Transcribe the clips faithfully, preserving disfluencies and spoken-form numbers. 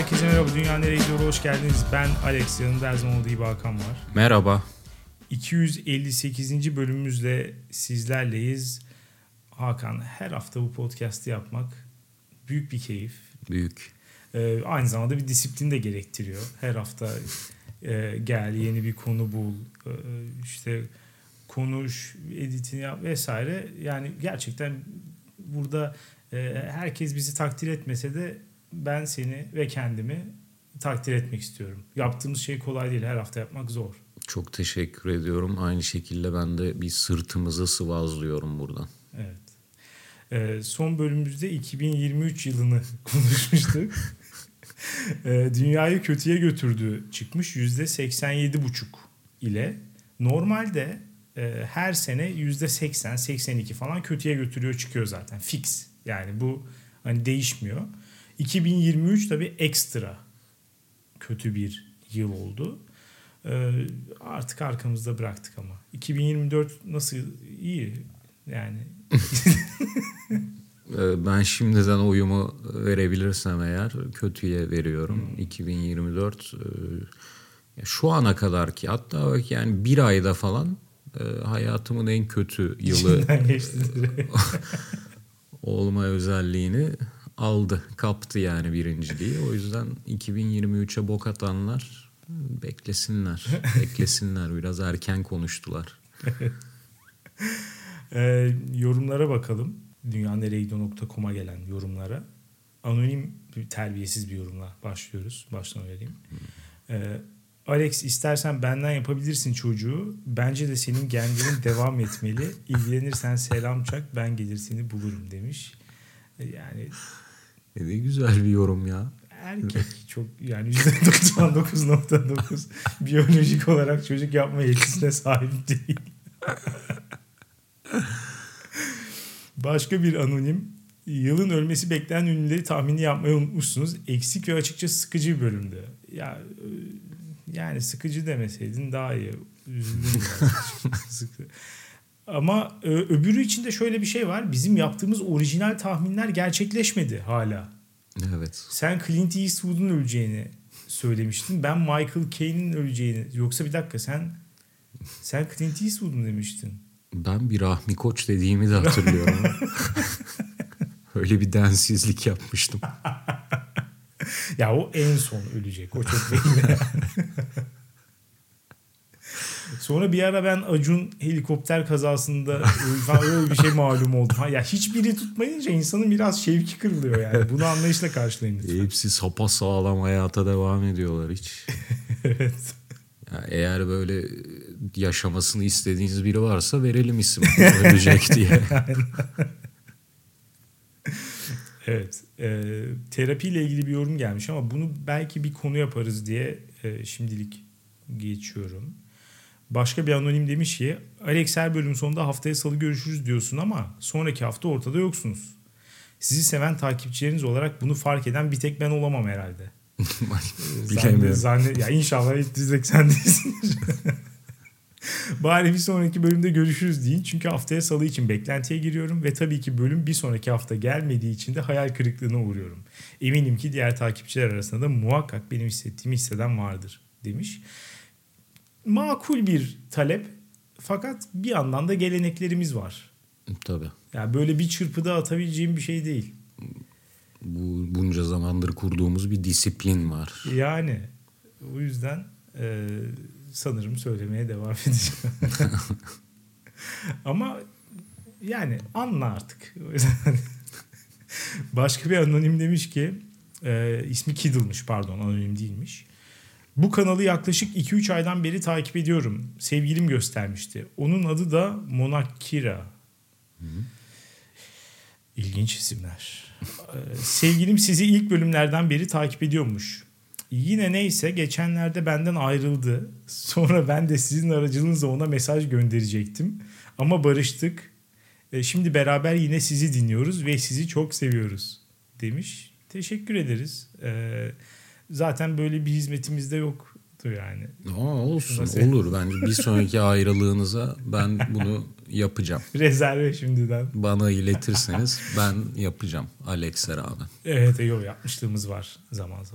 Herkese merhaba. Dünya Nereye Gidiyor? Hoş geldiniz. Ben Alex. Yanımda her zaman olduğu gibi Hakan var. Merhaba. iki yüz elli sekizinci bölümümüzle sizlerleyiz. Hakan, her hafta bu podcast'ı yapmak büyük bir keyif. Büyük. Ee, aynı zamanda bir disiplin de gerektiriyor. Her hafta e, gel, yeni bir konu bul, e, işte konuş, editini yap vesaire. Yani gerçekten burada e, herkes bizi takdir etmese de ben seni ve kendimi takdir etmek istiyorum. Yaptığımız şey kolay değil. Her hafta yapmak zor. Çok teşekkür ediyorum. Aynı şekilde ben de bir sırtımızı sıvazlıyorum buradan. Evet. Ee, son bölümümüzde iki bin yirmi üç yılını konuşmuştuk. ee, dünyayı kötüye götürdü çıkmış yüzde seksen yedi buçuk ile. Normalde e, her sene yüzde seksen seksen iki falan kötüye götürüyor çıkıyor zaten. Fix. Yani bu hani değişmiyor. iki bin yirmi üç tabii ekstra kötü bir yıl oldu. Ee, artık arkamızda bıraktık ama. iki bin yirmi dört nasıl? İyi. Yani. Ben şimdiden oyumu verebilirsem eğer kötüye veriyorum. Hmm. iki bin yirmi dört şu ana kadar ki hatta yani bir ayda falan hayatımın en kötü yılı olma özelliğini aldı. Kaptı yani birinciliği. O yüzden iki bin yirmi üçe bok atanlar beklesinler. Beklesinler. Biraz erken konuştular. e, yorumlara bakalım. dünya nereye gidiyor nokta com'a gelen yorumlara. Anonim, terbiyesiz bir yorumla başlıyoruz. Baştan vereyim. E, Alex, istersen benden yapabilirsin çocuğu. Bence de senin genlerin devam etmeli. İlgilenirsen selam çak, ben gelir seni bulurum demiş. E, yani ne güzel bir yorum ya. Erkek çok yani yüzde doksan dokuz nokta dokuz biyolojik olarak çocuk yapma yetisine sahip değil. Başka bir anonim. Yılın ölmesi beklenen ünlüleri tahmini yapmayı unutmuşsunuz. Eksik ve açıkça sıkıcı bir bölümdü. Ya yani sıkıcı demeseydin daha iyi. Üzüldüm biraz. Ama öbürü için de şöyle bir şey var. Bizim yaptığımız orijinal tahminler gerçekleşmedi hala. Evet. Sen Clint Eastwood'un öleceğini söylemiştin. Ben Michael Caine'in öleceğini. Yoksa bir dakika sen sen Clint Eastwood'un demiştin. Ben bir Rahmi Koç dediğimi de hatırlıyorum. Öyle bir densizlik yapmıştım. Ya o en son ölecek. O çok belli. Sonra bir ara ben Acun helikopter kazasında öyle bir şey malum oldu. Ya hiçbiri tutmayınca insanın biraz şevki kırılıyor yani. Bunu anlayışla karşılayın lütfen. Hepsi sapasağlam hayata devam ediyorlar hiç. Evet. Ya eğer böyle yaşamasını istediğiniz biri varsa verelim isim. Ölecek diye. Evet. E, terapiyle ilgili bir yorum gelmiş ama bunu belki bir konu yaparız diye e, şimdilik geçiyorum. Başka bir anonim demiş ki Alex, her bölüm sonunda haftaya salı görüşürüz diyorsun ama sonraki hafta ortada yoksunuz. Sizi seven takipçileriniz olarak bunu fark eden bir tek ben olamam herhalde. Bilemiyorum. Zannet, ya inşallah ittirecek sen değilsin. Bari bir sonraki bölümde görüşürüz deyin. Çünkü haftaya salı için beklentiye giriyorum ve tabii ki bölüm bir sonraki hafta gelmediği için de hayal kırıklığına uğruyorum. Eminim ki diğer takipçiler arasında da muhakkak benim hissettiğimi hisseden vardır demiş. Makul bir talep fakat bir yandan da geleneklerimiz var. Tabii. Yani böyle bir çırpıda atabileceğim bir şey değil. Bu bunca zamandır kurduğumuz bir disiplin var. Yani o yüzden e, sanırım söylemeye devam edeceğim. Ama yani anla artık. O yüzden başka bir anonim demiş ki e, ismi Kiddle'mış, pardon, anonim değilmiş. Bu kanalı yaklaşık iki üç aydan beri takip ediyorum. Sevgilim göstermişti. Onun adı da Monakira. Hı. İlginç isimler. Sevgilim sizi ilk bölümlerden beri takip ediyormuş. Yine neyse geçenlerde benden ayrıldı. Sonra ben de sizin aracılığınızla ona mesaj gönderecektim. Ama barıştık. Şimdi beraber yine sizi dinliyoruz ve sizi çok seviyoruz demiş. Teşekkür ederiz. Ee, zaten böyle bir hizmetimiz de yoktu yani. Aa, olsun olur. Bence bir sonraki ayrılığınıza ben bunu yapacağım. Rezerve şimdiden. Bana iletirseniz ben yapacağım Alex'e rağmen. Evet, yok, yapmışlığımız var zaman zaman.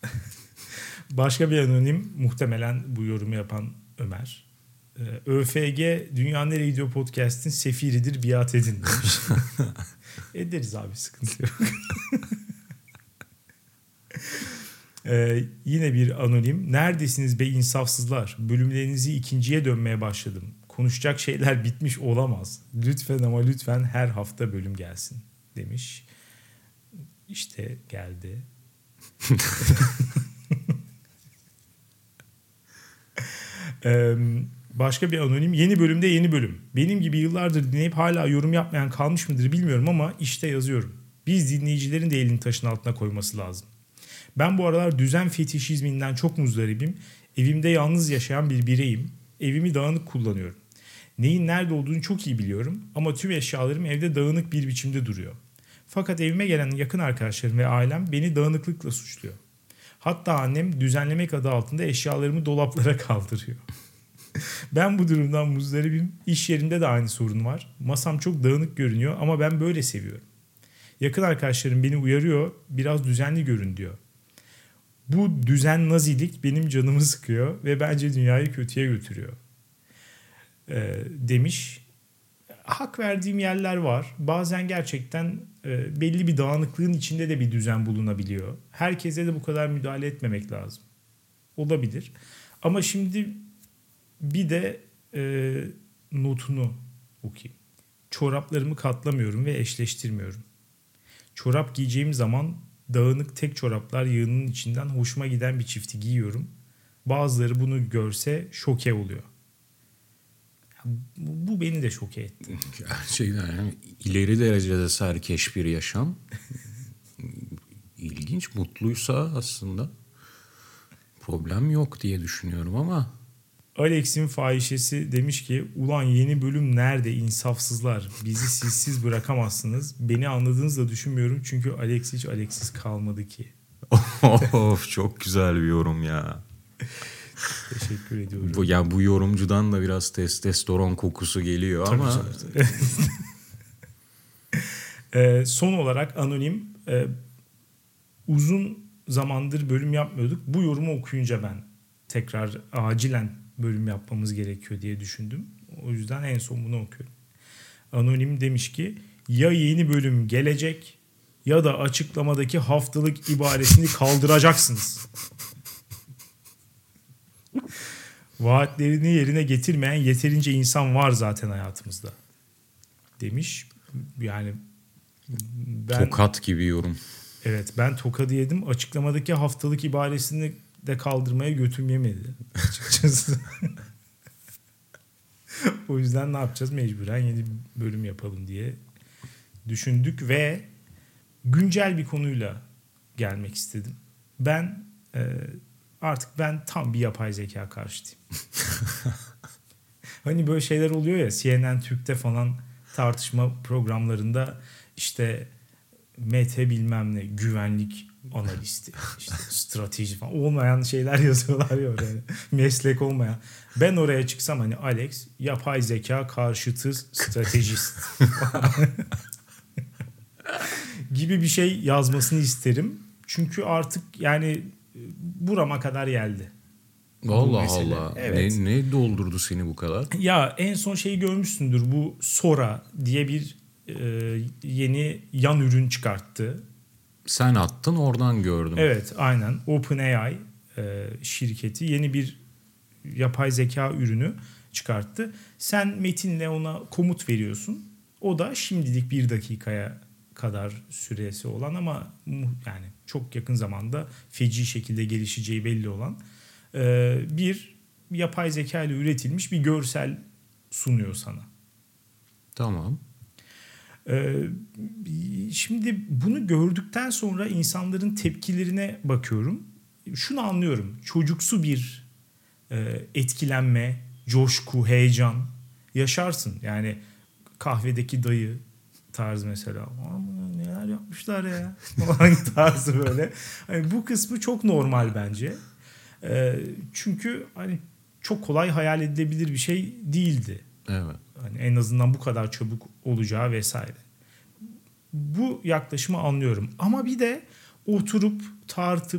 Başka bir anonim, muhtemelen bu yorumu yapan Ömer. Ö F G Dünya Nereye Gidiyor Podcast'in sefiridir, biat edin demiş. Ederiz abi, sıkıntı yok. Ee, yine bir anonim. Neredesiniz be insafsızlar? Bölümlerinizi ikinciye dönmeye başladım. Konuşacak şeyler bitmiş olamaz. Lütfen ama lütfen her hafta bölüm gelsin demiş. İşte geldi. ee, başka bir anonim. Yeni bölümde yeni bölüm. Benim gibi yıllardır dinleyip hala yorum yapmayan kalmış mıdır bilmiyorum ama işte yazıyorum. Biz dinleyicilerin de elini taşın altına koyması lazım. Ben bu aralar düzen fetişizminden çok muzdaribim. Evimde yalnız yaşayan bir bireyim. Evimi dağınık kullanıyorum. Neyin nerede olduğunu çok iyi biliyorum ama tüm eşyalarım evde dağınık bir biçimde duruyor. Fakat evime gelen yakın arkadaşlarım ve ailem beni dağınıklıkla suçluyor. Hatta annem düzenlemek adı altında eşyalarımı dolaplara kaldırıyor. Ben bu durumdan muzdaribim. İş yerimde de aynı sorun var. Masam çok dağınık görünüyor ama ben böyle seviyorum. Yakın arkadaşlarım beni uyarıyor, biraz düzenli görün diyor. Bu düzen nazilik benim canımı sıkıyor ve bence dünyayı kötüye götürüyor. Ee, demiş. Hak verdiğim yerler var. Bazen gerçekten e, belli bir dağınıklığın içinde de bir düzen bulunabiliyor. Herkese de bu kadar müdahale etmemek lazım. Olabilir. Ama şimdi bir de e, notunu okuyayım. Çoraplarımı katlamıyorum ve eşleştirmiyorum. Çorap giyeceğim zaman dağınık tek çoraplar yığının içinden hoşuma giden bir çifti giyiyorum. Bazıları bunu görse şoke oluyor. Bu beni de şoke etti. Gerçekten yani ileri derecede serkeş bir yaşam. İlginç, mutluysa aslında problem yok diye düşünüyorum ama. Alex'in fahişesi demiş ki ulan yeni bölüm nerede insafsızlar, bizi sizsiz bırakamazsınız. Beni anladığınızı da düşünmüyorum çünkü Alex hiç Alex'siz kalmadı ki. Of, çok güzel bir yorum ya. Teşekkür ediyorum. Bu, yani bu yorumcudan da biraz testosteron kokusu geliyor tabii ama. ee, son olarak anonim, e, uzun zamandır bölüm yapmıyorduk. Bu yorumu okuyunca ben tekrar acilen bölüm yapmamız gerekiyor diye düşündüm. O yüzden en son bunu okuyorum. Anonim demiş ki ya yeni bölüm gelecek ya da açıklamadaki haftalık ibaresini kaldıracaksınız. Vaatlerini yerine getirmeyen yeterince insan var zaten hayatımızda demiş. Yani ben, tokat gibi yorum. Evet, ben tokadı yedim. Açıklamadaki haftalık ibaresini de kaldırmaya götüm yemedi açıkçası. O yüzden ne yapacağız? Mecburen yeni bölüm yapalım diye düşündük ve güncel bir konuyla gelmek istedim. Ben e, artık ben tam bir yapay zeka karşıtıyım. Hani böyle şeyler oluyor ya, C N N Türk'te falan tartışma programlarında işte M T bilmem ne güvenlik analisti, işte strateji falan olmayan şeyler yazıyorlar ya oraya. Meslek olmayan. Ben oraya çıksam hani Alex yapay zeka karşıtı stratejist gibi bir şey yazmasını isterim. Çünkü artık yani burama kadar geldi. Allah Allah. Evet. Ne, ne doldurdu seni bu kadar? Ya en son şeyi görmüşsündür. Bu Sora diye bir e, yeni yan ürün çıkarttı. Sen attın, oradan gördüm. Evet, aynen. OpenAI e, şirketi yeni bir yapay zeka ürünü çıkarttı. Sen metinle ona komut veriyorsun. O da şimdilik bir dakikaya kadar süresi olan ama yani çok yakın zamanda feci şekilde gelişeceği belli olan e, bir yapay zeka ile üretilmiş bir görsel sunuyor sana. Tamam. Ee, şimdi bunu gördükten sonra insanların tepkilerine bakıyorum. Şunu anlıyorum. Çocuksu bir e, etkilenme, coşku, heyecan yaşarsın. Yani kahvedeki dayı tarzı mesela. Neler yapmışlar ya falan tarzı böyle. Hani bu kısmı çok normal bence. E, çünkü hani çok kolay hayal edilebilir bir şey değildi. Evet. Hani en azından bu kadar çabuk olacağı vesaire. Bu yaklaşımı anlıyorum. Ama bir de oturup tartıp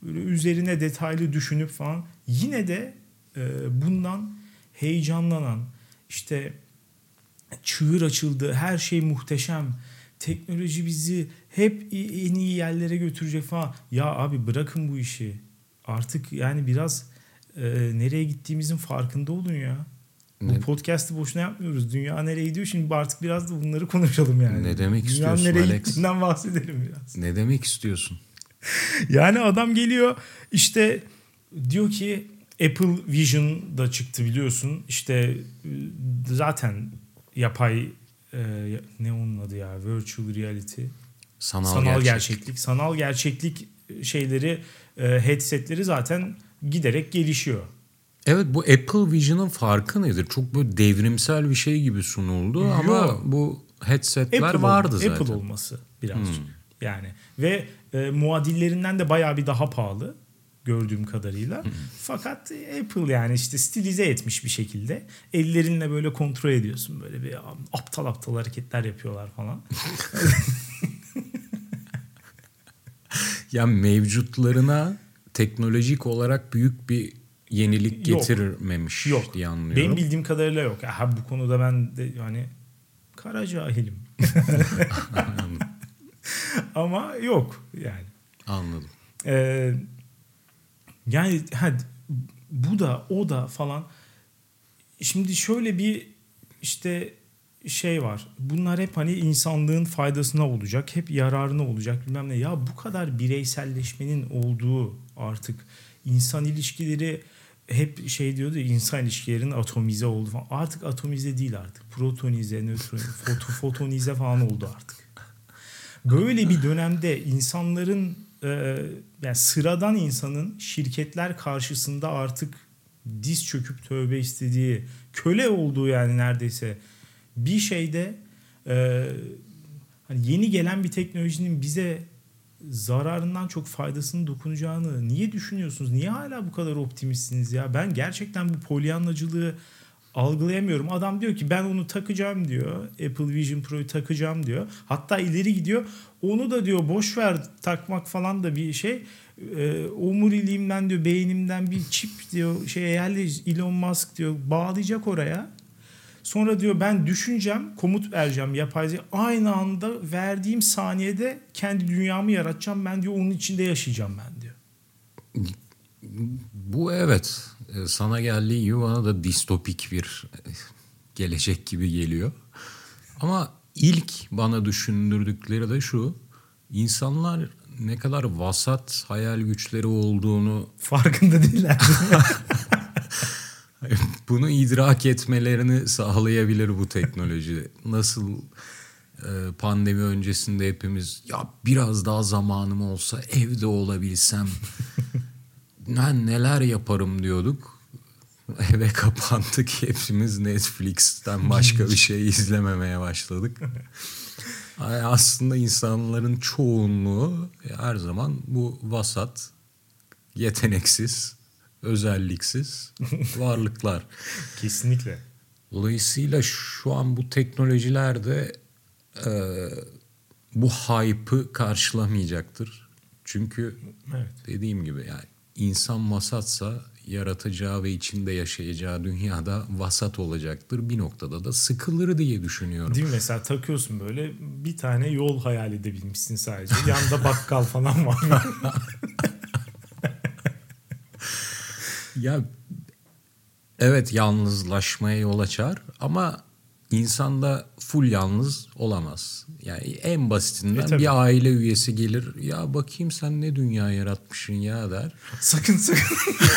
böyle üzerine detaylı düşünüp falan yine de e, bundan heyecanlanan, işte çığır açıldı, her şey muhteşem, teknoloji bizi hep en iyi yerlere götürecek falan. Ya abi bırakın bu işi. Artık yani biraz e, nereye gittiğimizin farkında olun ya. Bu Ne, podcast'ı boşuna yapmıyoruz. Dünya nereye gidiyor? Şimdi artık biraz da bunları konuşalım yani. ne demek Dünyanın istiyorsun nereye Alex? gittiğinden bahsedelim biraz. Ne demek istiyorsun? Yani adam geliyor işte diyor ki Apple Vision da çıktı biliyorsun. İşte zaten yapay e, ne onun adı ya, virtual reality. Sanal, Sanal gerçeklik. gerçeklik. Sanal gerçeklik şeyleri, e, headsetleri zaten giderek gelişiyor. Evet, bu Apple Vision'ın farkı nedir? Çok böyle devrimsel bir şey gibi sunuldu. Yo. Ama bu headsetler Apple vardı ol, zaten. Apple olması birazcık. Hmm. Yani ve e, muadillerinden de bayağı bir daha pahalı gördüğüm kadarıyla. Hmm. Fakat Apple yani işte stilize etmiş bir şekilde. Ellerinle böyle kontrol ediyorsun. Böyle bir aptal aptal hareketler yapıyorlar falan. Ya mevcutlarına teknolojik olarak büyük bir yenilik getirmemiş yok. Diye anlıyorum. Benim bildiğim kadarıyla yok. Ha, bu konuda ben de yani kara cahilim. Ama yok yani. Anladım. Ee, yani hadi bu da o da falan. Şimdi şöyle bir işte şey var. Bunlar hep hani insanlığın faydasına olacak. Hep yararına olacak bilmem ne. Ya bu kadar bireyselleşmenin olduğu artık insan ilişkileri hep şey diyordu ya, insan ilişkilerinin atomize oldu falan. Artık atomize değil artık. Protonize, nötronize, foto, fotonize falan oldu artık. Böyle bir dönemde insanların e, yani sıradan insanın şirketler karşısında artık diz çöküp tövbe istediği, köle olduğu yani neredeyse bir şeyde e, hani yeni gelen bir teknolojinin bize zararından çok faydasının dokunacağını niye düşünüyorsunuz? Niye hala bu kadar optimistsiniz ya? Ben gerçekten bu polyanlacılığı algılayamıyorum. Adam diyor ki ben onu takacağım diyor. Apple Vision Pro'yu takacağım diyor. Hatta ileri gidiyor. Onu da diyor boş ver takmak falan da bir şey. Ee, omuriliğimden diyor, beynimden bir çip diyor şeye yerleş, Elon Musk diyor bağlayacak oraya. Sonra diyor ben düşüneceğim, komut vereceğim yapay zeka. Aynı anda verdiğim saniyede kendi dünyamı yaratacağım. Ben diyor onun içinde yaşayacağım ben diyor. Bu evet. Sana geldiği gibi bana da distopik bir gelecek gibi geliyor. Ama ilk bana düşündürdükleri de şu. İnsanlar ne kadar vasat hayal güçleri olduğunu farkında değiller. Bunu idrak etmelerini sağlayabilir bu teknoloji. Nasıl pandemi öncesinde hepimiz ya biraz daha zamanım olsa evde olabilsem ben neler yaparım diyorduk. Eve kapandık hepimiz, Netflix'ten başka bir şey izlememeye başladık. Aslında insanların çoğunluğu her zaman bu vasat, yeteneksiz, özelliksiz varlıklar. Kesinlikle. Dolayısıyla şu an bu teknolojiler de e, bu hype'ı karşılamayacaktır. Çünkü evet, dediğim gibi yani insan vasatsa yaratacağı ve içinde yaşayacağı dünyada vasat olacaktır. Bir noktada da sıkılır diye düşünüyorum. Değil mi? Mesela takıyorsun böyle bir tane yol hayal edebilmişsin sadece. Yanında bakkal falan var. Ya evet, yalnızlaşmaya yol açar ama insan da full yalnız olamaz. Yani en basitinden e, bir aile üyesi gelir, ya bakayım sen ne dünya yaratmışsın ya der. Sakın sakın.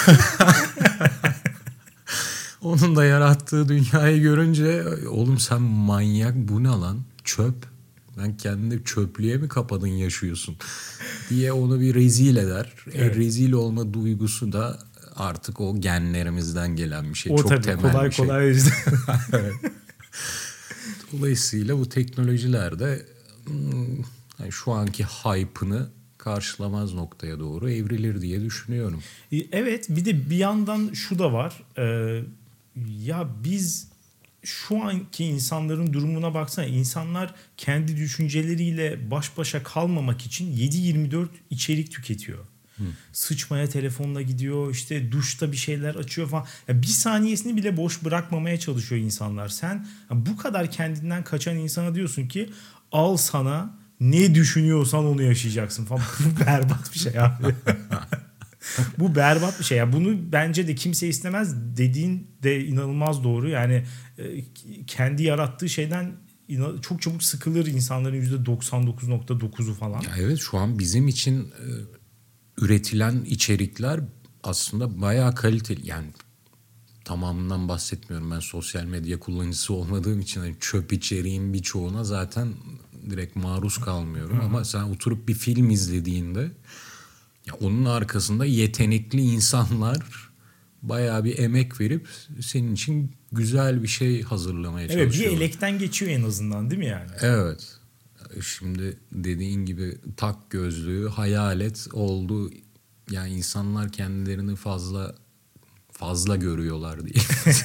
Onun da yarattığı dünyayı görünce oğlum sen manyak, bu ne lan, çöp. Ben kendini çöplüğe mi kapadın yaşıyorsun diye onu bir rezil eder. Evet. E, rezil olma duygusu da artık o genlerimizden gelen bir şey. O çok tabii, temel kolay bir şey. kolay Evet. Dolayısıyla bu teknolojiler de yani şu anki hype'ını karşılamaz noktaya doğru evrilir diye düşünüyorum. Evet, bir de bir yandan şu da var. Ee, ya biz şu anki insanların durumuna baksana. İnsanlar kendi düşünceleriyle baş başa kalmamak için yedi yirmi dört içerik tüketiyor. Hı. Sıçmaya telefonla gidiyor, işte duşta bir şeyler açıyor falan. Ya bir saniyesini bile boş bırakmamaya çalışıyor insanlar. Sen bu kadar kendinden kaçan insana diyorsun ki al sana, ne düşünüyorsan onu yaşayacaksın falan. Bu berbat bir şey abi. Bu berbat bir şey. Yani bunu bence de kimse istemez, dediğin de inanılmaz doğru. Yani e, kendi yarattığı şeyden çok çabuk sıkılır insanların yüzde doksan dokuz nokta dokuzu falan. Ya evet, şu an bizim için e, üretilen içerikler aslında bayağı kaliteli. Yani tamamından bahsetmiyorum. Ben sosyal medya kullanıcısı olmadığım için hani çöp içeriğin birçoğuna zaten direkt maruz kalmıyorum. Hı-hı. Ama sen oturup bir film izlediğinde ya onun arkasında yetenekli insanlar bayağı bir emek verip senin için güzel bir şey hazırlamaya evet, çalışıyorlar. Bir elekten geçiyor en azından, değil mi yani? Evet. Şimdi dediğin gibi tak gözlüğü, hayalet oldu. Yani insanlar kendilerini fazla fazla görüyorlar diye.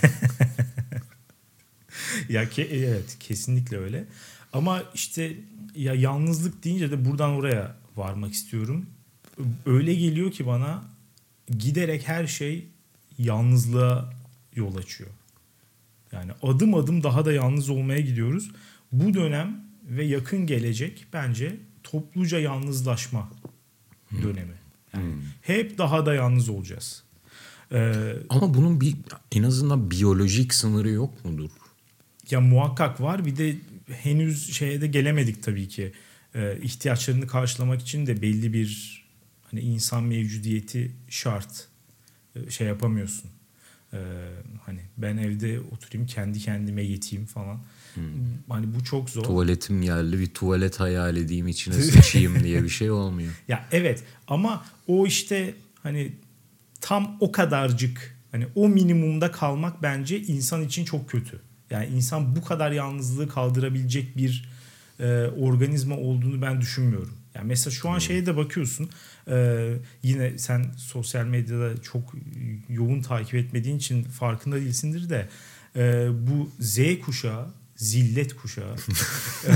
Ya ke- evet, kesinlikle öyle. Ama işte ya yalnızlık deyince de buradan oraya varmak istiyorum. Öyle geliyor ki bana, giderek her şey yalnızlığa yol açıyor. Yani adım adım daha da yalnız olmaya gidiyoruz. Bu dönem ve yakın gelecek bence topluca yalnızlaşma hmm. dönemi. Yani hmm. hep daha da yalnız olacağız. Ee, Ama bunun bir en azından biyolojik sınırı yok mudur? Ya muhakkak var. Bir de henüz şeye de gelemedik tabii ki. Ee, ihtiyaçlarını karşılamak için de belli bir hani insan mevcudiyeti şart. Ee, şey yapamıyorsun. Ee, hani ben evde oturayım, kendi kendime yeteyim falan. Hmm. Hani bu çok zor. Tuvaletim geldi, bir tuvalet hayal edeyim, içine sıçayım diye bir şey olmuyor. Ya evet, ama o işte hani tam o kadarcık, hani o minimumda kalmak bence insan için çok kötü. Yani insan bu kadar yalnızlığı kaldırabilecek bir e, organizma olduğunu ben düşünmüyorum. Yani mesela şu an hmm. şeye de bakıyorsun. E, yine sen sosyal medyada çok yoğun takip etmediğin için farkında değilsindir de e, bu Z kuşağı, zillet kuşağı e,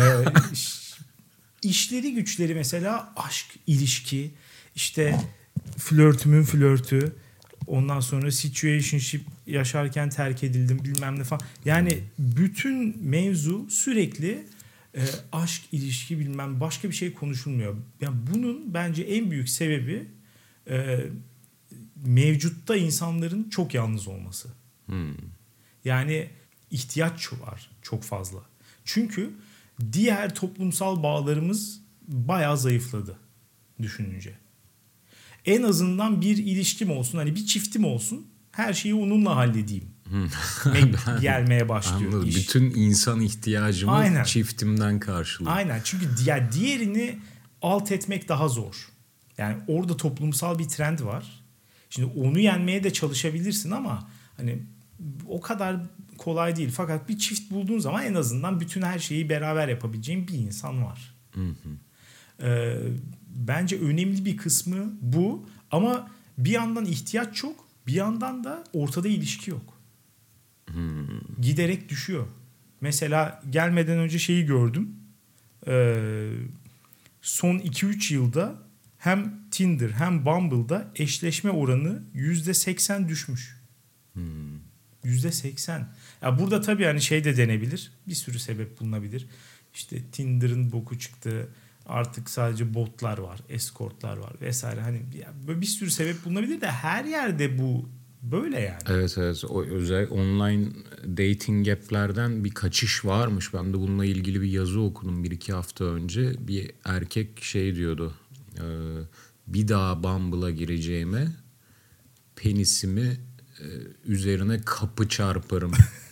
işleri güçleri mesela aşk, ilişki, işte flörtümün flörtü, ondan sonra situationship yaşarken terk edildim bilmem ne falan. Yani bütün mevzu sürekli e, aşk, ilişki bilmem başka bir şey konuşulmuyor. Yani bunun bence en büyük sebebi e, mevcutta insanların çok yalnız olması. Hmm. Yani ihtiyaç var çok fazla. Çünkü diğer toplumsal bağlarımız bayağı zayıfladı düşününce. En azından bir ilişkim olsun, hani bir çiftim olsun, her şeyi onunla halledeyim. Gelmeye başlıyor iş. Bütün insan ihtiyacımı Aynen. çiftimden karşılıyor. Aynen, çünkü diğer diğerini alt etmek daha zor. Yani orada toplumsal bir trend var. Şimdi onu yenmeye de çalışabilirsin ama hani o kadar kolay değil. Fakat bir çift bulduğun zaman en azından bütün her şeyi beraber yapabileceğin bir insan var. Hı hı. Ee, bence önemli bir kısmı bu. Ama bir yandan ihtiyaç çok, bir yandan da ortada ilişki yok. Hmm. Giderek düşüyor. Mesela gelmeden önce şeyi gördüm. Ee, son iki üç yılda hem Tinder hem Bumble'da eşleşme oranı yüzde seksen düşmüş. Hmm. yüzde seksen. Ya burada tabii hani şey de denebilir. Bir sürü sebep bulunabilir. İşte Tinder'ın boku çıktı. Artık sadece botlar var, escortlar var vesaire. Hani böyle bir sürü sebep bulunabilir de her yerde bu böyle yani. Evet evet. O özel online dating app'lerden bir kaçış varmış. Ben de bununla ilgili bir yazı okudum bir iki hafta önce. Bir erkek şey diyordu. E, bir daha Bumble'a gireceğime penisimi e, üzerine kapı çarparım.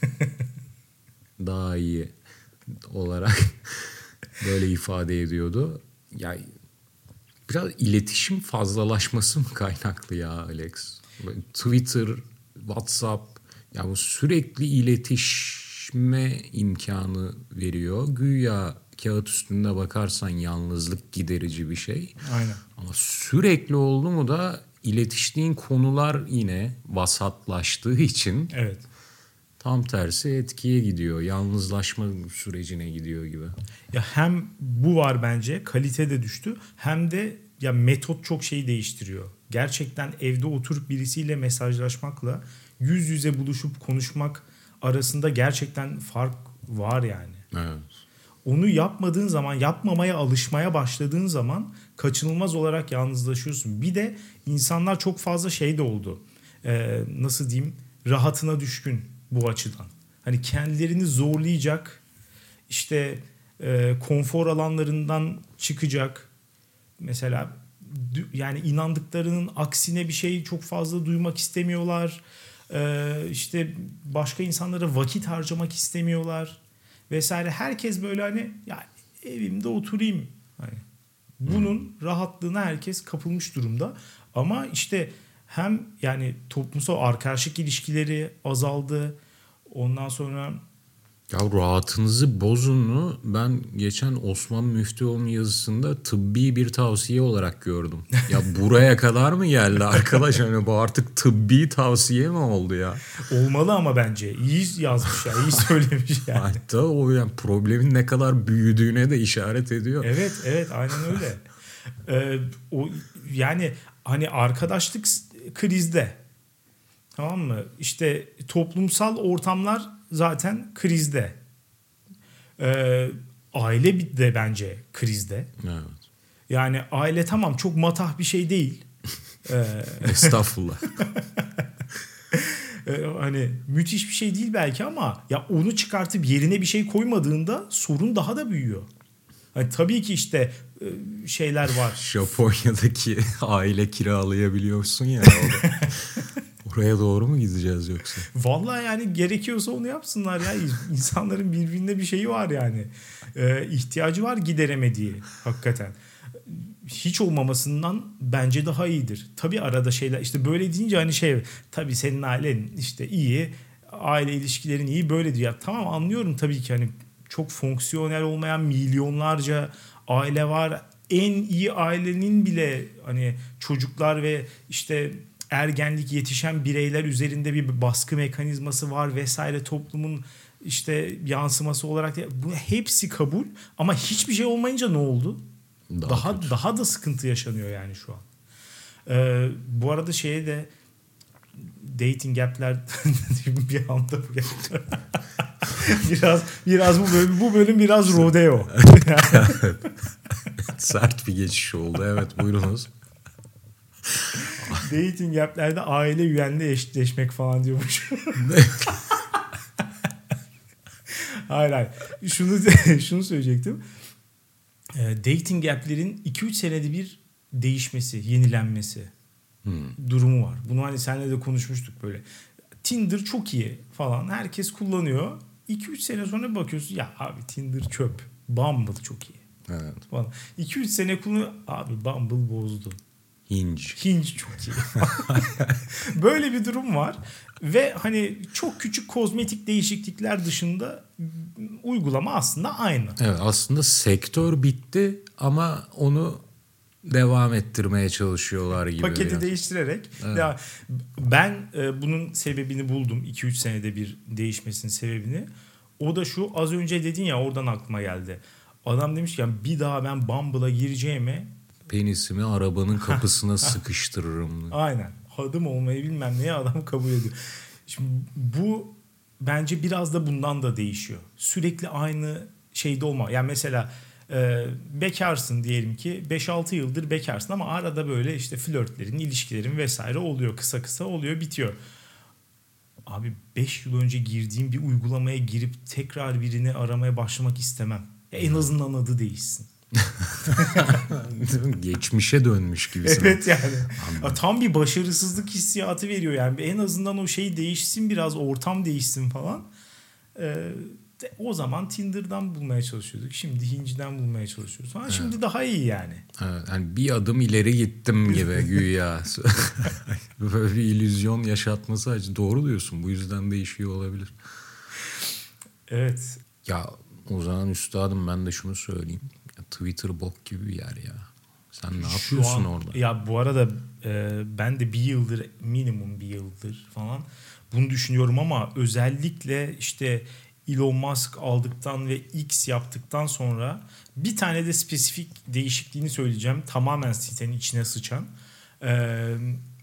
Daha iyi olarak böyle ifade ediyordu. Yani biraz iletişim fazlalaşması mı kaynaklı ya Alex? Twitter, WhatsApp, ya bu sürekli iletişme imkanı veriyor. Güya kağıt üstünde bakarsan yalnızlık giderici bir şey. Aynen. Ama sürekli oldu mu da iletiştiğin konular yine vasatlaştığı için evet. tam tersi etkiye gidiyor. Yalnızlaşma sürecine gidiyor gibi. Ya hem bu var bence, kalite de düştü, hem de ya metot çok şeyi değiştiriyor. Gerçekten evde oturup birisiyle mesajlaşmakla yüz yüze buluşup konuşmak arasında gerçekten fark var yani. Evet. Onu yapmadığın zaman, yapmamaya alışmaya başladığın zaman kaçınılmaz olarak yalnızlaşıyorsun. Bir de insanlar çok fazla şey de oldu. Ee, nasıl diyeyim? Rahatına düşkün bu açıdan. Hani kendilerini zorlayacak, işte e, konfor alanlarından çıkacak. Mesela yani inandıklarının aksine bir şey çok fazla duymak istemiyorlar. Ee, işte başka insanlara vakit harcamak istemiyorlar vesaire. Herkes böyle hani ya evimde oturayım. Hani bunun hmm. rahatlığına herkes kapılmış durumda. Ama işte hem yani toplumsal arkadaşlık ilişkileri azaldı. Ondan sonra ya rahatınızı bozunu ben geçen Osman Müftüoğlu'nun yazısında tıbbi bir tavsiye olarak gördüm. Ya buraya kadar mı geldi arkadaş? Hani bu artık tıbbi tavsiye mi oldu ya? Olmalı ama bence. İyi yazmış ya, iyi söylemiş yani. Hatta o yani problemin ne kadar büyüdüğüne de işaret ediyor. Evet, evet aynen öyle. ee, o yani hani arkadaşlık krizde. Tamam mı? İşte toplumsal ortamlar zaten krizde. Ee, aile de bence krizde. Evet. Yani aile tamam çok matah bir şey değil. Ee, Estağfurullah. ee, hani müthiş bir şey değil belki ama ya onu çıkartıp yerine bir şey koymadığında sorun daha da büyüyor. Hani tabii ki işte şeyler var. Japonya'daki aile kiralayabiliyorsun ya. Oraya doğru mu gideceğiz yoksa? Vallahi yani gerekiyorsa onu yapsınlar ya. İnsanların birbirine bir şeyi var yani. Ee, ihtiyacı var gideremediği hakikaten. Hiç olmamasından bence daha iyidir. Tabii arada şeyler işte böyle deyince hani şey tabii senin ailen işte iyi. Aile ilişkilerin iyi böyle diyor. Ya, tamam anlıyorum tabii ki hani çok fonksiyonel olmayan milyonlarca aile var. En iyi ailenin bile hani çocuklar ve işte ergenlik yetişen bireyler üzerinde bir baskı mekanizması var vesaire toplumun işte yansıması olarak bu hepsi kabul ama hiçbir şey olmayınca ne oldu? Daha daha, daha da sıkıntı yaşanıyor yani şu an. Ee, bu arada şeye de dating app'ler bir anda bu geldi. biraz biraz bu bölüm bu bölüm biraz rodeo. Sert bir geçiş oldu. Evet buyurunuz. Dating app'lerde aile üyenle eşitleşmek falan diyormuş. hayır hayır. Şunu şunu söyleyecektim. Dating app'lerin iki üç senede bir değişmesi, yenilenmesi hmm. durumu var. Bunu hani seninle de konuşmuştuk böyle. Tinder çok iyi falan. Herkes kullanıyor. iki üç sene sonra bakıyorsun ya abi Tinder çöp. Bumble çok iyi. Evet. iki üç sene kullanıyor. Abi Bumble bozdu. Hinge. Hinge çok iyi. Böyle bir durum var. Ve hani çok küçük kozmetik değişiklikler dışında uygulama aslında aynı. Evet aslında sektör bitti ama onu devam ettirmeye çalışıyorlar gibi. Paketi biraz. değiştirerek. Evet. Ya ben e, bunun sebebini buldum. iki üç senede bir değişmesinin sebebini. O da şu az önce dedin ya oradan aklıma geldi. Adam demiş ki yani bir daha ben Bumble'a gireceğime penisimi arabanın kapısına sıkıştırırım. Aynen. Hadım olmayı bilmem neye adam kabul ediyor. Şimdi bu bence biraz da bundan da değişiyor. Sürekli aynı şeyde olma. Yani mesela e, bekarsın diyelim ki beş altı yıldır bekarsın ama arada böyle işte flörtlerin, ilişkilerin vesaire oluyor. Kısa kısa oluyor, bitiyor. Abi beş yıl önce girdiğim bir uygulamaya girip tekrar birini aramaya başlamak istemem. Ya en azından adı değişsin. Geçmişe dönmüş gibisin. Evet yani. Anladım. Tam bir başarısızlık hissiyatı veriyor yani. En azından o şey değişsin biraz, ortam değişsin falan. Ee, de, o zaman Tinder'dan bulmaya çalışıyorduk. Şimdi Hinge'den bulmaya çalışıyoruz. Ha, evet. Şimdi daha iyi yani. Evet, yani bir adım ileri gittim gibi güya. Böyle bir illüzyon yaşatması acı. Doğru diyorsun. Bu yüzden değişiyor olabilir. Evet. Ya o zaman üstadım ben de şunu söyleyeyim. Twitter bok gibi bir yer ya. Sen ne yapıyorsun an, orada? Ya bu arada e, ben de bir yıldır, minimum bir yıldır falan bunu düşünüyorum ama özellikle işte Elon Musk aldıktan ve X yaptıktan sonra bir tane de spesifik değişikliğini söyleyeceğim. Tamamen sitenin içine sıçan. Ee,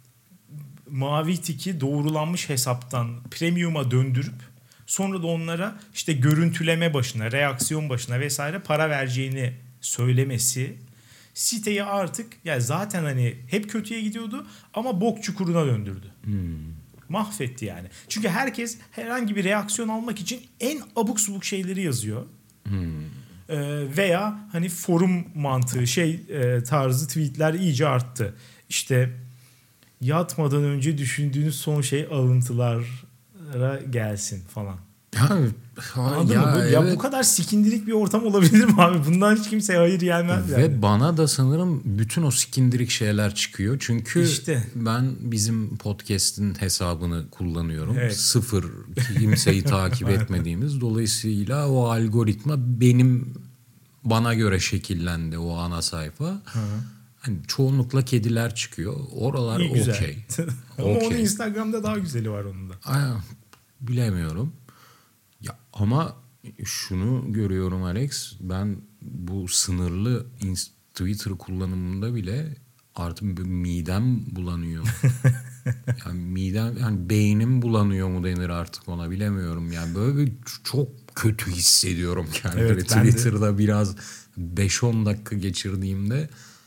mavi tiki doğrulanmış hesaptan premium'a döndürüp sonra da onlara işte görüntüleme başına, reaksiyon başına vesaire para vereceğini söylemesi siteyi artık yani zaten hani hep kötüye gidiyordu ama bok çukuruna döndürdü. Hmm. Mahvetti yani. Çünkü herkes herhangi bir reaksiyon almak için en abuk subuk şeyleri yazıyor. Hmm. Ee, veya hani forum mantığı şey e, tarzı tweetler iyice arttı. İşte yatmadan önce düşündüğünüz son şey alıntılara gelsin falan. Ya, Anladın ya, mı? Bu, evet. ya bu kadar sikindirik bir ortam olabilir mi abi? Bundan hiç kimseye hayır gelmez Ve yani. bana da sanırım bütün o sikindirik şeyler çıkıyor. Çünkü İşte. ben bizim podcast'in hesabını kullanıyorum. Evet. Sıfır kimseyi takip etmediğimiz. Dolayısıyla o algoritma benim bana göre şekillendi o ana sayfa. Hı. Hani çoğunlukla kediler çıkıyor. Oralar İyi, güzel. okey. Ama onun Okey. Instagram'da daha güzeli var onun da. Ay, bilemiyorum. Ya ama şunu görüyorum Alex. Ben bu sınırlı Twitter kullanımında bile artık midem bulanıyor. Yani midem, yani beynim bulanıyor mu denir artık ona, bilemiyorum. Yani böyle bir çok kötü hissediyorum kendimi. Evet, Twitter'da biraz beş on dakika geçirdiğimde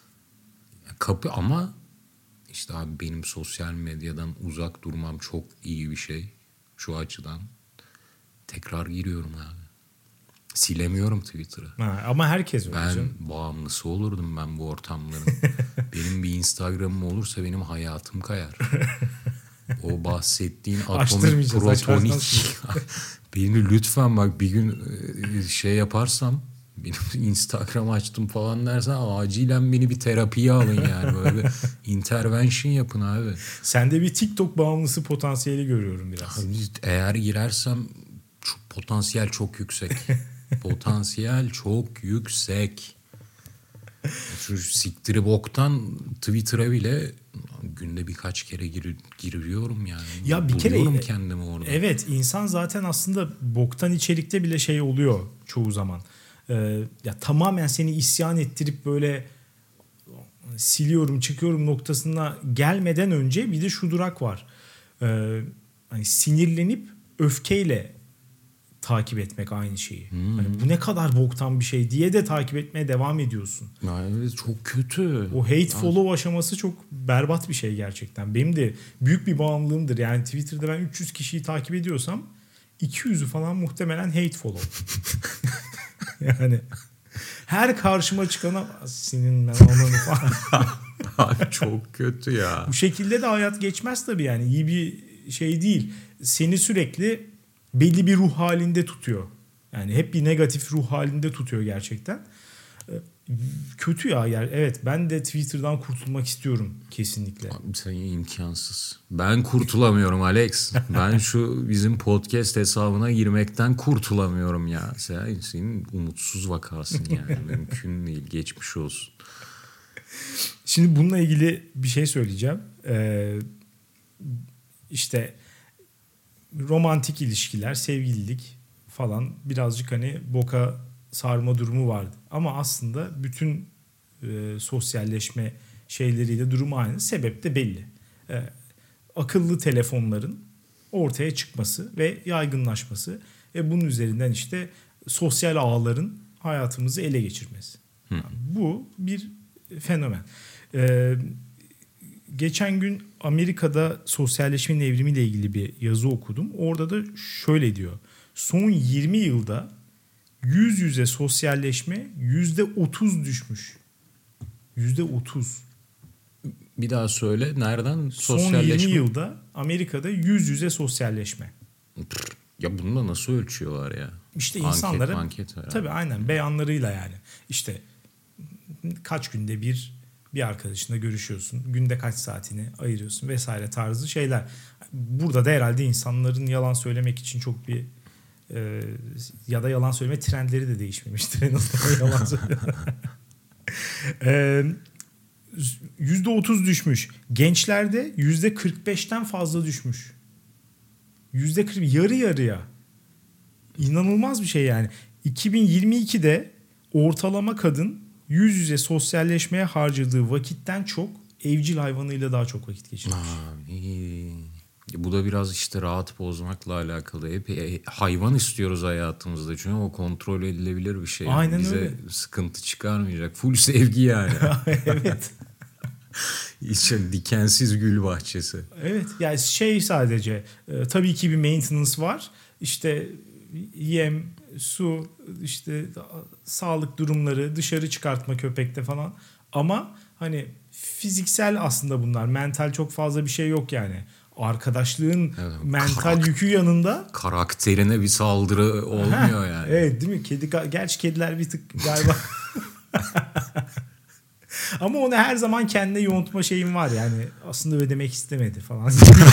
kapı, ama işte abi benim sosyal medyadan uzak durmam çok iyi bir şey şu açıdan. Tekrar giriyorum abi. Silemiyorum Twitter'ı. Ha, ama herkes öyle Ben canım. bağımlısı olurdum ben bu ortamların. Benim bir Instagram'ım olursa benim hayatım kayar. O bahsettiğin atomik Açtırmayacağız, protonik. açarsan Beni lütfen bak bir gün şey yaparsam, benim Instagram açtım falan dersen acilen beni bir terapiye alın yani. Böyle bir intervention yapın abi. Sende bir TikTok bağımlısı potansiyeli görüyorum biraz. Abi, eğer girersem çok, potansiyel çok yüksek. Potansiyel çok yüksek. Şu siktiri boktan Twitter'a bile günde birkaç kere gir, giriyorum yani. Ya bir kere Buluyorum kendimi orada. Evet, insan zaten aslında boktan içerikte bile şey oluyor çoğu zaman. Ee, ya tamamen seni isyan ettirip böyle siliyorum çıkıyorum noktasına gelmeden önce bir de şu durak var. Ee, hani sinirlenip öfkeyle takip etmek aynı şeyi. Hmm. Hani bu ne kadar boktan bir şey diye de takip etmeye devam ediyorsun. Yani çok kötü. O hate follow aşaması çok berbat bir şey gerçekten. Benim de büyük bir bağımlılığımdır. Yani Twitter'da ben üç yüz kişiyi takip ediyorsam iki yüzü falan muhtemelen hate follow. Yani her karşıma çıkana senin ben ananı falan. Çok kötü ya. Bu şekilde de hayat geçmez tabii yani. İyi bir şey değil. Seni sürekli belli bir ruh halinde tutuyor. Yani hep bir negatif ruh halinde tutuyor gerçekten. Kötü ya. Yani evet, ben de Twitter'dan kurtulmak istiyorum kesinlikle. Abi sen imkansız. Ben kurtulamıyorum Alex. Ben şu bizim podcast hesabına girmekten kurtulamıyorum ya. Sen, senin umutsuz vakasın yani. Mümkün değil. Geçmiş olsun. Şimdi bununla ilgili bir şey söyleyeceğim. Ee, işte romantik ilişkiler, sevgililik falan birazcık hani boka sarma durumu vardı. Ama aslında bütün e, sosyalleşme şeyleriyle durum aynı. Sebep de belli. E, akıllı telefonların ortaya çıkması ve yaygınlaşması ve bunun üzerinden işte sosyal ağların hayatımızı ele geçirmesi. Hı. Yani bu bir fenomen. E, geçen gün Amerika'da sosyalleşmenin evrimiyle ilgili bir yazı okudum. Orada da şöyle diyor. Son yirmi yılda yüz yüze sosyalleşme yüzde otuz düşmüş. yüzde otuz. Bir daha söyle. Nereden sosyalleşme? Son yirmi yılda Amerika'da yüz yüze sosyalleşme. Ya bunu da nasıl ölçüyorlar ya? İşte Anket, insanların anket tabii aynen beyanlarıyla yani. İşte kaç günde bir bir arkadaşınla görüşüyorsun. Günde kaç saatini ayırıyorsun vesaire tarzı şeyler. Burada da herhalde insanların yalan söylemek için çok bir e, ya da yalan söyleme trendleri de değişmemiştir. En azından yalan söyleme. e, yüzde otuz düşmüş. Gençlerde yüzde kırk beşten fazla düşmüş. yüzde kırk yarı yarıya. İnanılmaz bir şey yani. iki bin yirmi ikide ortalama kadın yüz yüze sosyalleşmeye harcadığı vakitten çok evcil hayvanıyla daha çok vakit geçirmiş. Aa, iyi. Bu da biraz işte rahat bozmakla alakalı. Hep e, hayvan istiyoruz hayatımızda. Çünkü o kontrol edilebilir bir şey. Aynen Bize öyle. sıkıntı çıkarmayacak. Full sevgi yani. Evet. İşte dikensiz gül bahçesi. Evet. Yani şey sadece e, tabii ki bir maintenance var. İşte yem, su, işte sağlık durumları, dışarı çıkartma köpekte falan. Ama hani fiziksel aslında bunlar. Mental çok fazla bir şey yok yani. Arkadaşlığın Evet, mental karak- yükü yanında Karakterine bir saldırı olmuyor Heh, yani. evet değil mi? Kedi gerçi kediler bir tık galiba ama onu her zaman kendine yontma şeyim var yani. Aslında ödemek istemedi falan.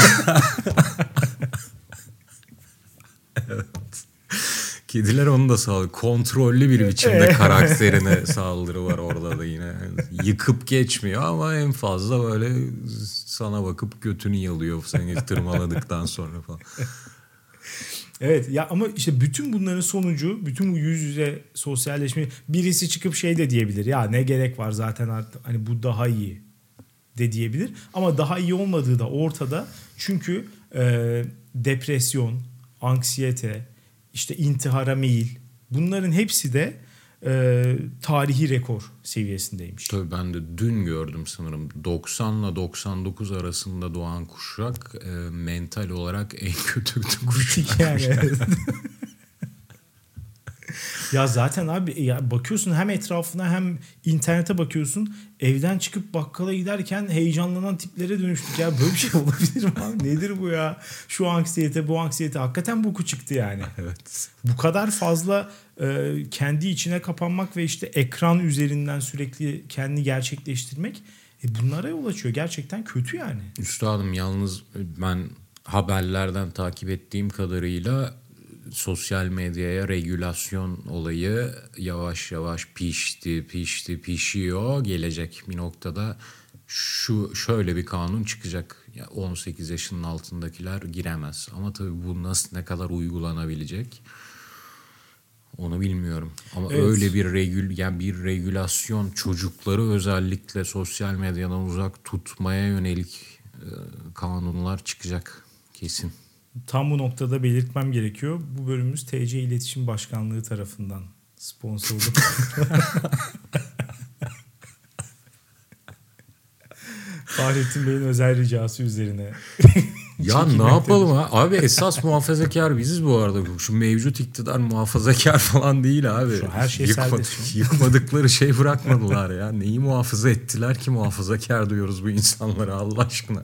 Kediler onu da saldırı. Kontrollü bir biçimde Evet. karakterine saldırı var orada da yine. Yani yıkıp geçmiyor ama en fazla böyle sana bakıp götünü yalıyor seni tırmaladıktan sonra falan. Evet ya ama işte bütün bunların sonucu, bütün bu yüz yüze sosyalleşme, birisi çıkıp şey de diyebilir. Ya ne gerek var zaten artık, hani bu daha iyi de diyebilir. Ama daha iyi olmadığı da ortada. Çünkü e, depresyon, anksiyete, işte intihara meyil, bunların hepsi de e, tarihi rekor seviyesindeymiş. Tabii ben de dün gördüm sanırım. doksanla doksan dokuz arasında doğan kuşak e, mental olarak en kötü kuşak. Yani evet. Ya zaten abi ya bakıyorsun hem etrafına hem internete bakıyorsun, evden çıkıp bakkala giderken heyecanlanan tiplere dönüştük ya. Böyle bir şey olabilir mi abi? Nedir bu ya? Şu anksiyete, bu anksiyete, hakikaten boku çıktı yani. Evet. Bu kadar fazla e, kendi içine kapanmak ve işte ekran üzerinden sürekli kendini gerçekleştirmek e, bunlara yol açıyor. Gerçekten kötü yani. Üstadım yalnız ben haberlerden takip ettiğim kadarıyla sosyal medyaya regülasyon olayı yavaş yavaş pişti, pişti, pişiyor. Gelecek bir noktada şu şöyle bir kanun çıkacak. Ya on sekiz yaşının altındakiler giremez. Ama tabii bu nasıl, ne kadar uygulanabilecek onu bilmiyorum. Ama Evet. öyle bir regül yani bir regülasyon çocukları özellikle sosyal medyadan uzak tutmaya yönelik e, kanunlar çıkacak kesin. Tam bu noktada belirtmem gerekiyor. Bu bölümümüz T C İletişim Başkanlığı tarafından sponsorlu. Fahrettin Bey'in özel ricası üzerine. Ya ne yapalım ha? Abi esas muhafazakar biziz bu arada. Şu mevcut iktidar muhafazakar falan değil abi. Şu her şey Yıkma- serbest. Yıkmadıkları şey bırakmadılar ya. Neyi muhafaza ettiler ki muhafazakar diyoruz bu insanlara Allah aşkına.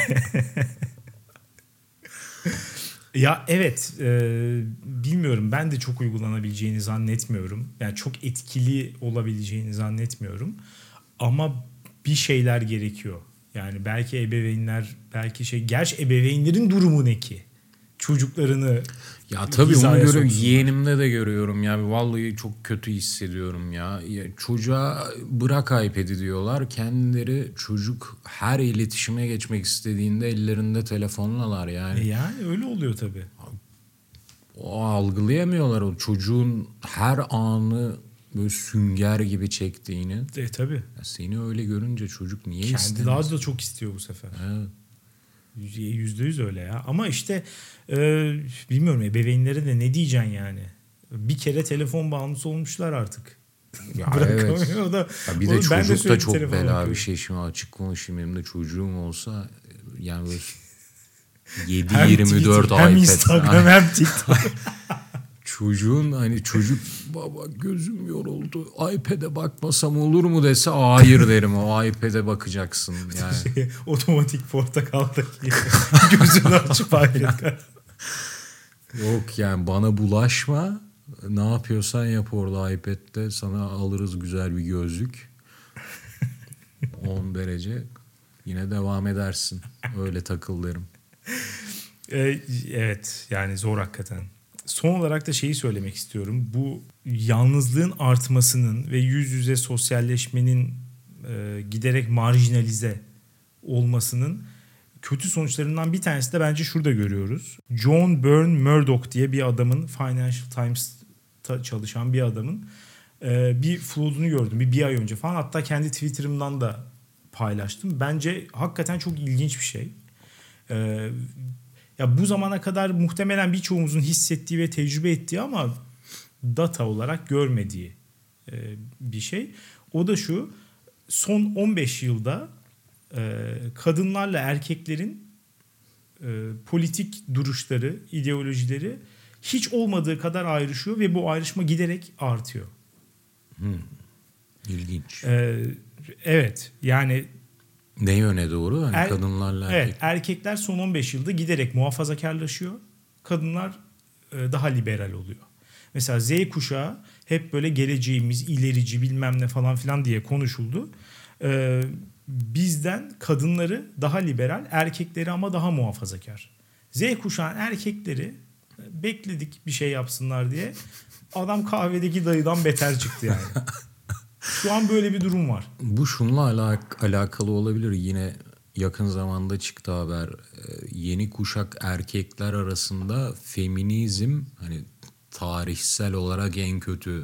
Ya evet, e, bilmiyorum, ben de çok uygulanabileceğini zannetmiyorum. Yani çok etkili olabileceğini zannetmiyorum. Ama bir şeyler gerekiyor. Yani belki ebeveynler, belki şey, gerçi ebeveynlerin durumu ne ki? Çocuklarını Ya tabii onu hizaya görüyorum. soksunlar. Yeğenimde de görüyorum ya. Vallahi çok kötü hissediyorum ya. Ya çocuğa bırak iPad'i diyorlar. Kendileri çocuk her iletişime geçmek istediğinde ellerinde telefonlalar yani. E yani öyle oluyor tabii. O algılayamıyorlar o çocuğun her anı böyle sünger gibi çektiğini. E tabii. Ya seni öyle görünce çocuk niye Kendi istemez? daha da çok istiyor bu sefer. Evet. Yüzde yüz öyle ya. Ama işte e, bilmiyorum, ebeveynlere de ne diyeceksin yani. Bir kere telefon bağımlısı olmuşlar artık. Ya Bırakamıyor evet. o da. Ya bir de Oğlum ben çocuk da sürekli çok telefona bela bakıyorum. bir şey. Şimdi açık konuşayım, benim de çocuğum olsa yani böyle yedi Hem yirmi dört Twitter, hem iPad. Instagram, hem TikTok. Çocuğun hani çocuk baba gözüm yoruldu, iPad'e bakmasam olur mu dese hayır derim, o iPad'e bakacaksın yani. Şey, otomatik portakaldaki gözünü açıp iPad. Yok yani bana bulaşma, ne yapıyorsan yap orada iPad'de, sana alırız güzel bir gözlük. on derece yine devam edersin, öyle takıl derim. Ee, evet yani zor hakikaten. Son olarak da şeyi söylemek istiyorum. Bu yalnızlığın artmasının ve yüz yüze sosyalleşmenin e, giderek marjinalize olmasının kötü sonuçlarından bir tanesi de bence şurada görüyoruz. John Byrne Murdoch diye bir adamın, Financial Times'ta çalışan bir adamın e, bir flood'unu gördüm bir, bir ay önce falan. Hatta kendi Twitter'ımdan da paylaştım. Bence hakikaten çok ilginç bir şey. E, ya bu zamana kadar muhtemelen birçoğumuzun hissettiği ve tecrübe ettiği ama data olarak görmediği e, bir şey. O da şu: son on beş yılda e, kadınlarla erkeklerin e, politik duruşları, ideolojileri hiç olmadığı kadar ayrışıyor ve bu ayrışma giderek artıyor. Hmm. İlginç. E, evet, yani ne yöne doğru? Hani er, kadınlarla erkek. erkek. Evet, erkekler son on beş yılda giderek muhafazakarlaşıyor. Kadınlar e, daha liberal oluyor. Mesela Z kuşağı hep böyle geleceğimiz, ilerici bilmem ne falan filan diye konuşuldu. Ee, bizden kadınları daha liberal, erkekleri ama daha muhafazakar. Z kuşağın erkekleri bekledik bir şey yapsınlar diye. Adam kahvedeki dayıdan beter çıktı yani. Şu an böyle bir durum var. Bu şunla alak- alakalı olabilir. Yine yakın zamanda çıktı haber. Yeni kuşak erkekler arasında feminizm hani tarihsel olarak en kötü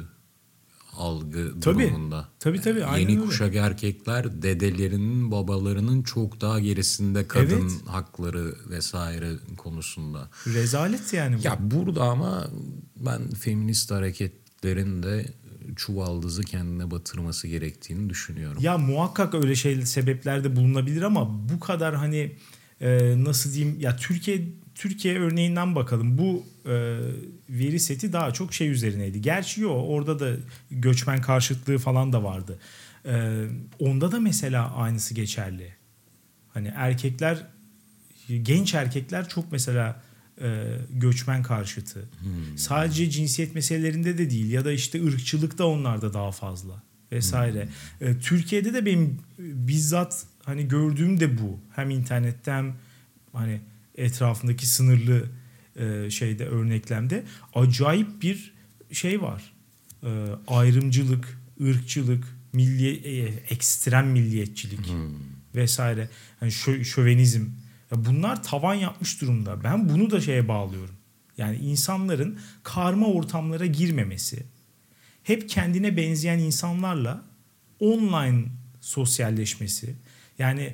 algı tabii, durumunda. Tabii tabii. Yani aynen yeni öyle. kuşak erkekler dedelerinin, babalarının çok daha gerisinde kadın Evet. hakları vesaire konusunda. Rezalet yani bu. Ya burada ama ben feminist hareketlerin de çuvaldızı kendine batırması gerektiğini düşünüyorum. Ya muhakkak öyle şey sebeplerde bulunabilir ama bu kadar hani e, nasıl diyeyim, ya Türkiye Türkiye örneğinden bakalım. Bu e, veri seti daha çok şey üzerineydi. Gerçi yok, orada da göçmen karşıtlığı falan da vardı. E, onda da mesela aynısı geçerli. Hani erkekler, genç erkekler çok mesela e, göçmen karşıtı. Hmm. Sadece cinsiyet meselelerinde de değil, ya da işte ırkçılık da onlarda daha fazla vesaire. Hmm. E, Türkiye'de de benim bizzat hani gördüğüm de bu. Hem internette hem hani etrafındaki sınırlı e, şeyde, örneklemde acayip bir şey var. E, ayrımcılık, ırkçılık, milli e, ekstrem milliyetçilik hmm. vesaire. Yani şö, şövenizm. Ya bunlar tavan yapmış durumda. Ben bunu da şeye bağlıyorum. Yani insanların karma ortamlara girmemesi, hep kendine benzeyen insanlarla online sosyalleşmesi. Yani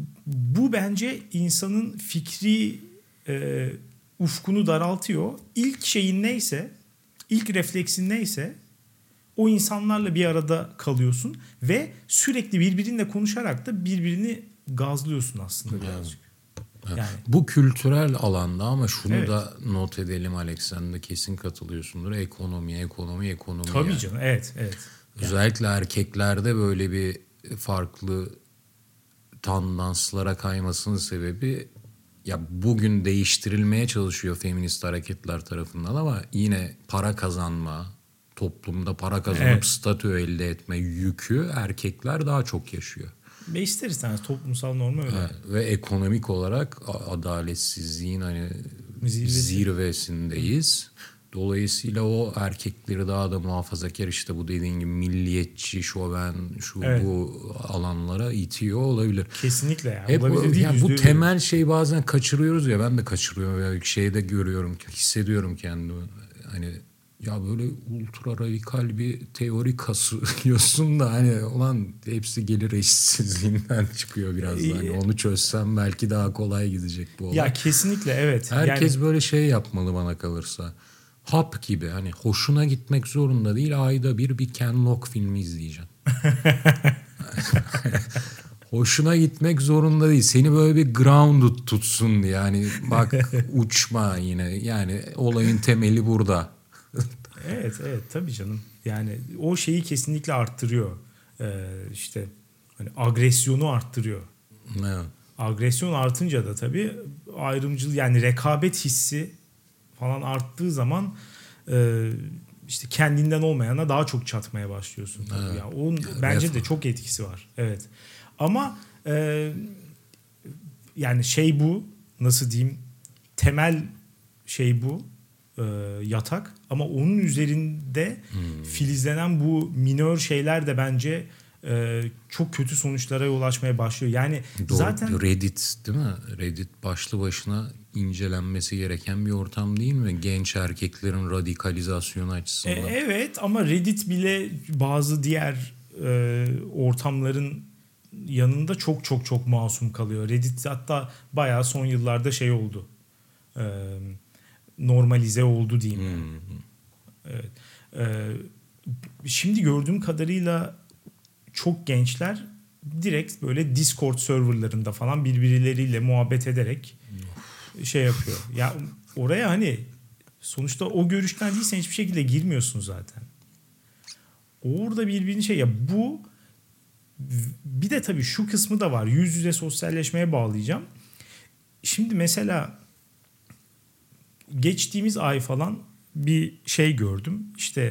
bu bence insanın fikri e, ufkunu daraltıyor. İlk şeyin neyse, ilk refleksin neyse o insanlarla bir arada kalıyorsun ve sürekli birbirinle konuşarak da birbirini gazlıyorsun aslında birazcık. Yani. Bu kültürel alanda ama şunu evet. da not edelim Alex, sen de kesin katılıyorsundur. Ekonomi, ekonomi, ekonomi. Tabii yani. canım, evet, evet. Özellikle yani. Erkeklerde böyle bir farklı tandanslara kaymasının sebebi, ya bugün değiştirilmeye çalışıyor feminist hareketler tarafından ama yine para kazanma, toplumda para kazanıp evet. statü elde etme yükü erkekler daha çok yaşıyor. Ve ister istemez toplumsal normu öyle. Evet, ve ekonomik olarak adaletsizliğin hani Zirvesi. zirvesindeyiz. Dolayısıyla o erkekleri daha da muhafazakar, işte bu dediğin gibi milliyetçi, şoven, şu evet. bu alanlara itiyor olabilir. Kesinlikle yani. Hep olabilir o, değil, yani bu temel öyle. Şeyi bazen kaçırıyoruz ya, ben de kaçırıyorum ya, şeyde görüyorum, hissediyorum kendimi. Hani ya böyle ultra radikal bir teori kasıyorsun da hani olan hepsi gelir eşitsizliğinden çıkıyor biraz da. Hani onu çözsem belki daha kolay gidecek bu olay. Ya kesinlikle evet. Herkes yani... böyle şey yapmalı bana kalırsa. Hap gibi, hani hoşuna gitmek zorunda değil, ayda bir bir Ken Loach filmi izleyeceksin. Hoşuna gitmek zorunda değil. Seni böyle bir grounded tutsun diye. Yani bak uçma yine. Yani olayın temeli burada. Evet evet tabii canım. Yani o şeyi kesinlikle arttırıyor. Ee, işte hani agresyonu arttırıyor. Evet. Agresyon artınca da tabii ayrımcılık, yani rekabet hissi falan arttığı zaman e, işte kendinden olmayana daha çok çatmaya başlıyorsun. Evet. Yani onun yani bence refah. de çok etkisi var. Evet. Ama e, yani şey bu, nasıl diyeyim, temel şey bu. Yatak, ama onun üzerinde hmm. filizlenen bu minör şeyler de bence e, çok kötü sonuçlara yol açmaya başlıyor. Yani Doğru. zaten Reddit değil mi? Reddit başlı başına incelenmesi gereken bir ortam değil mi? Genç erkeklerin radikalizasyonu e, açısından. evet, ama Reddit bile bazı diğer e, ortamların yanında çok çok çok masum kalıyor. Reddit hatta bayağı son yıllarda şey oldu. E, normalize oldu diyeyim. Yani. Hmm. Evet. E, şimdi gördüğüm kadarıyla çok gençler direkt böyle Discord serverlarında falan birbirleriyle muhabbet ederek şey yapıyor. Ya oraya hani sonuçta o görüşten değilsen hiçbir şekilde girmiyorsun zaten. Orada birbirini şey ya bu bir de tabii şu kısmı da var. Yüz yüze sosyalleşmeye bağlayacağım. Şimdi mesela geçtiğimiz ay falan bir şey gördüm. İşte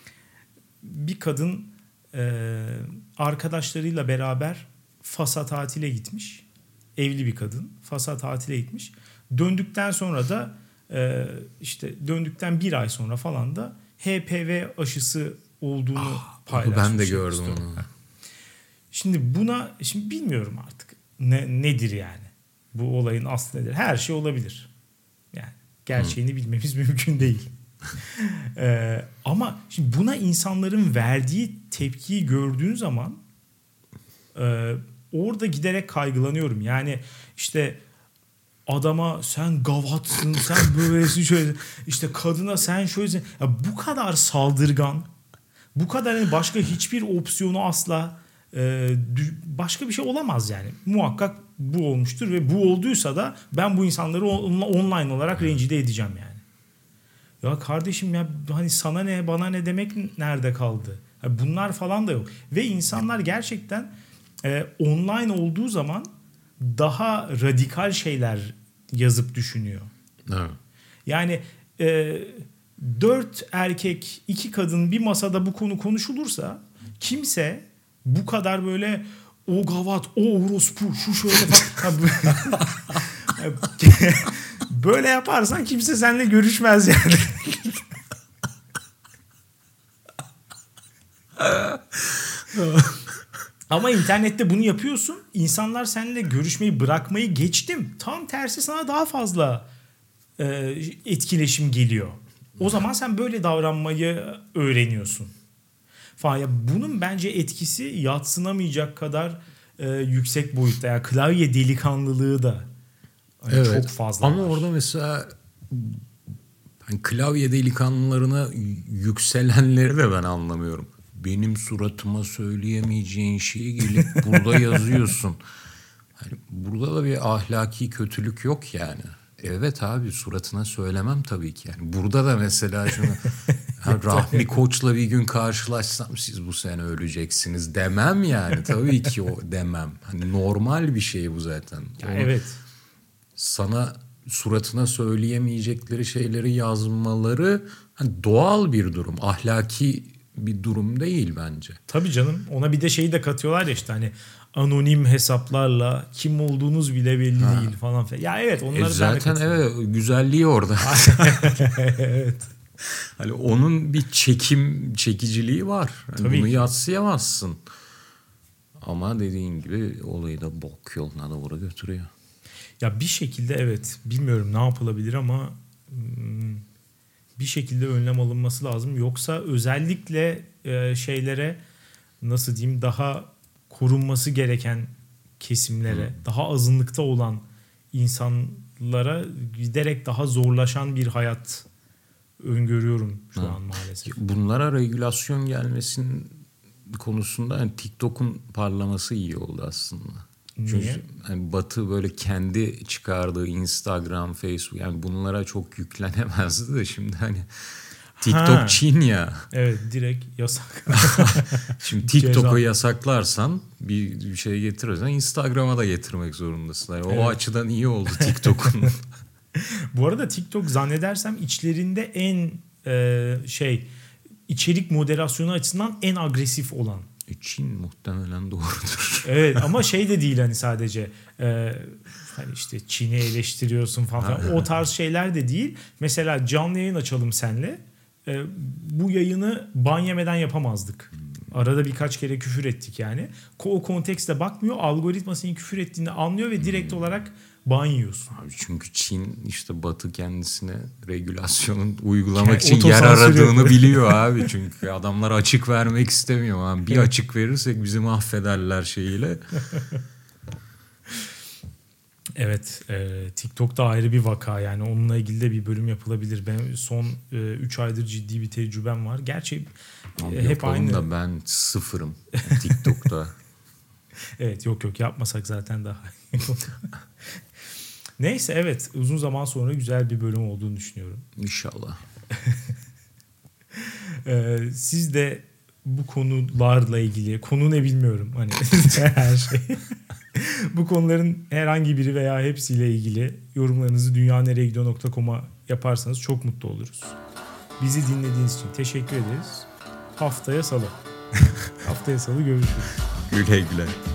bir kadın e, arkadaşlarıyla beraber Fas'a tatile gitmiş. Evli bir kadın. Fas'a tatile gitmiş. Döndükten sonra da e, işte döndükten bir ay sonra falan da H P V aşısı olduğunu Ah, paylaşmış. ben de gördüm onu. Şimdi buna şimdi bilmiyorum artık ne nedir yani. Bu olayın aslı nedir? Her şey olabilir. Yani gerçeğini Hı. bilmemiz mümkün değil. ee, ama şimdi buna insanların verdiği tepkiyi gördüğün zaman e, orada giderek kaygılanıyorum. Yani işte adama sen gavatsın, sen böylesin şöyle, işte kadına sen şöylesin. Ya bu kadar saldırgan, bu kadar yani başka hiçbir opsiyonu asla e, başka bir şey olamaz yani. Muhakkak bu olmuştur ve bu olduysa da ben bu insanları online olarak rencide edeceğim yani. Ya kardeşim ya hani sana ne bana ne demek nerede kaldı? Ya bunlar falan da yok. Ve insanlar gerçekten e, online olduğu zaman daha radikal şeyler yazıp düşünüyor. Evet. Yani e, dört erkek iki kadın bir masada bu konu konuşulursa kimse bu kadar böyle o gavat o orospu şu şöyle falan böyle yaparsan kimse seninle görüşmez yani. Ama internette bunu yapıyorsun. İnsanlar seninle görüşmeyi bırakmayı geçtim. Tam tersi sana daha fazla e, etkileşim geliyor. O zaman sen böyle davranmayı öğreniyorsun. Falan. Ya bunun bence etkisi yadsınamayacak kadar e, yüksek boyutta. Yani klavye delikanlılığı da hani evet. çok fazla Ama var. orada mesela hani klavye delikanlılarına yükselenleri de ben anlamıyorum. Benim suratıma söyleyemeyeceğin şeyi gelip burada yazıyorsun. Hani burada da bir ahlaki kötülük yok yani. Evet abi suratına söylemem tabii ki. Yani burada da mesela şunu Rahmi Koç'la bir gün karşılaşsam siz bu sene öleceksiniz demem yani. Tabii ki o demem. Hani normal bir şey bu zaten. Ya evet. Sana suratına söyleyemeyecekleri şeyleri yazmaları hani doğal bir durum. Ahlaki bir durum değil bence. Tabii canım. Ona bir de şeyi de katıyorlar ya işte hani anonim hesaplarla kim olduğunuz bile belli ha. değil falan. Ya evet onları e zaten evet güzelliği orada. Evet. Hani onun bir çekim çekiciliği var. Yani bunu ki. yadsıyamazsın. Ama dediğin gibi olayı da bok yoluna doğru götürüyor. Ya bir şekilde evet bilmiyorum ne yapılabilir ama bir şekilde önlem alınması lazım. Yoksa özellikle şeylere nasıl diyeyim daha korunması gereken kesimlere, hmm. daha azınlıkta olan insanlara giderek daha zorlaşan bir hayat öngörüyorum şu ha. an maalesef. Bunlara regülasyon gelmesinin konusunda yani TikTok'un parlaması iyi oldu aslında. Niye? Çünkü yani Batı böyle kendi çıkardığı Instagram, Facebook yani bunlara çok yüklenemezdi de şimdi hani TikTok ha. Çin ya. Evet direkt yasak. Şimdi TikTok'u yasaklarsan bir, bir şey getirirsen Instagram'a da getirmek zorundasın. Yani evet. O açıdan iyi oldu TikTok'un. Bu arada TikTok zannedersem içlerinde en e, şey içerik moderasyonu açısından en agresif olan. Çin muhtemelen doğrudur. Evet ama şey de değil hani sadece e, hani işte Çin'i eleştiriyorsun falan. O tarz şeyler de değil. Mesela canlı yayın açalım senle. E, bu yayını ban yemeden yapamazdık. Arada birkaç kere küfür ettik yani. O kontekste bakmıyor. Algoritma senin küfür ettiğini anlıyor ve direkt hmm. olarak ban yiyorsun. Abi çünkü Çin işte Batı kendisine regülasyonun uygulamak yani için yer aradığını yapıyor. Biliyor abi. Çünkü adamlar açık vermek istemiyor. Abi. Bir açık verirsek bizi mahvederler şeyiyle. Evet, e, TikTok'ta ayrı bir vaka yani onunla ilgili de bir bölüm yapılabilir. Ben son üç e, aydır ciddi bir tecrübem var. Gerçi e, hep aynı. Da ben sıfırım TikTok'ta. Evet, yok yok yapmasak zaten daha. Neyse, evet, uzun zaman sonra güzel bir bölüm olduğunu düşünüyorum. İnşallah. e, siz de bu konularla ilgili, konu ne bilmiyorum hani her şey. Bu konuların herhangi biri veya hepsiyle ilgili yorumlarınızı dünyanereyegidiyor nokta com'a yaparsanız çok mutlu oluruz. Bizi dinlediğiniz için teşekkür ederiz. Haftaya salı. Haftaya salı görüşürüz. Güle güle.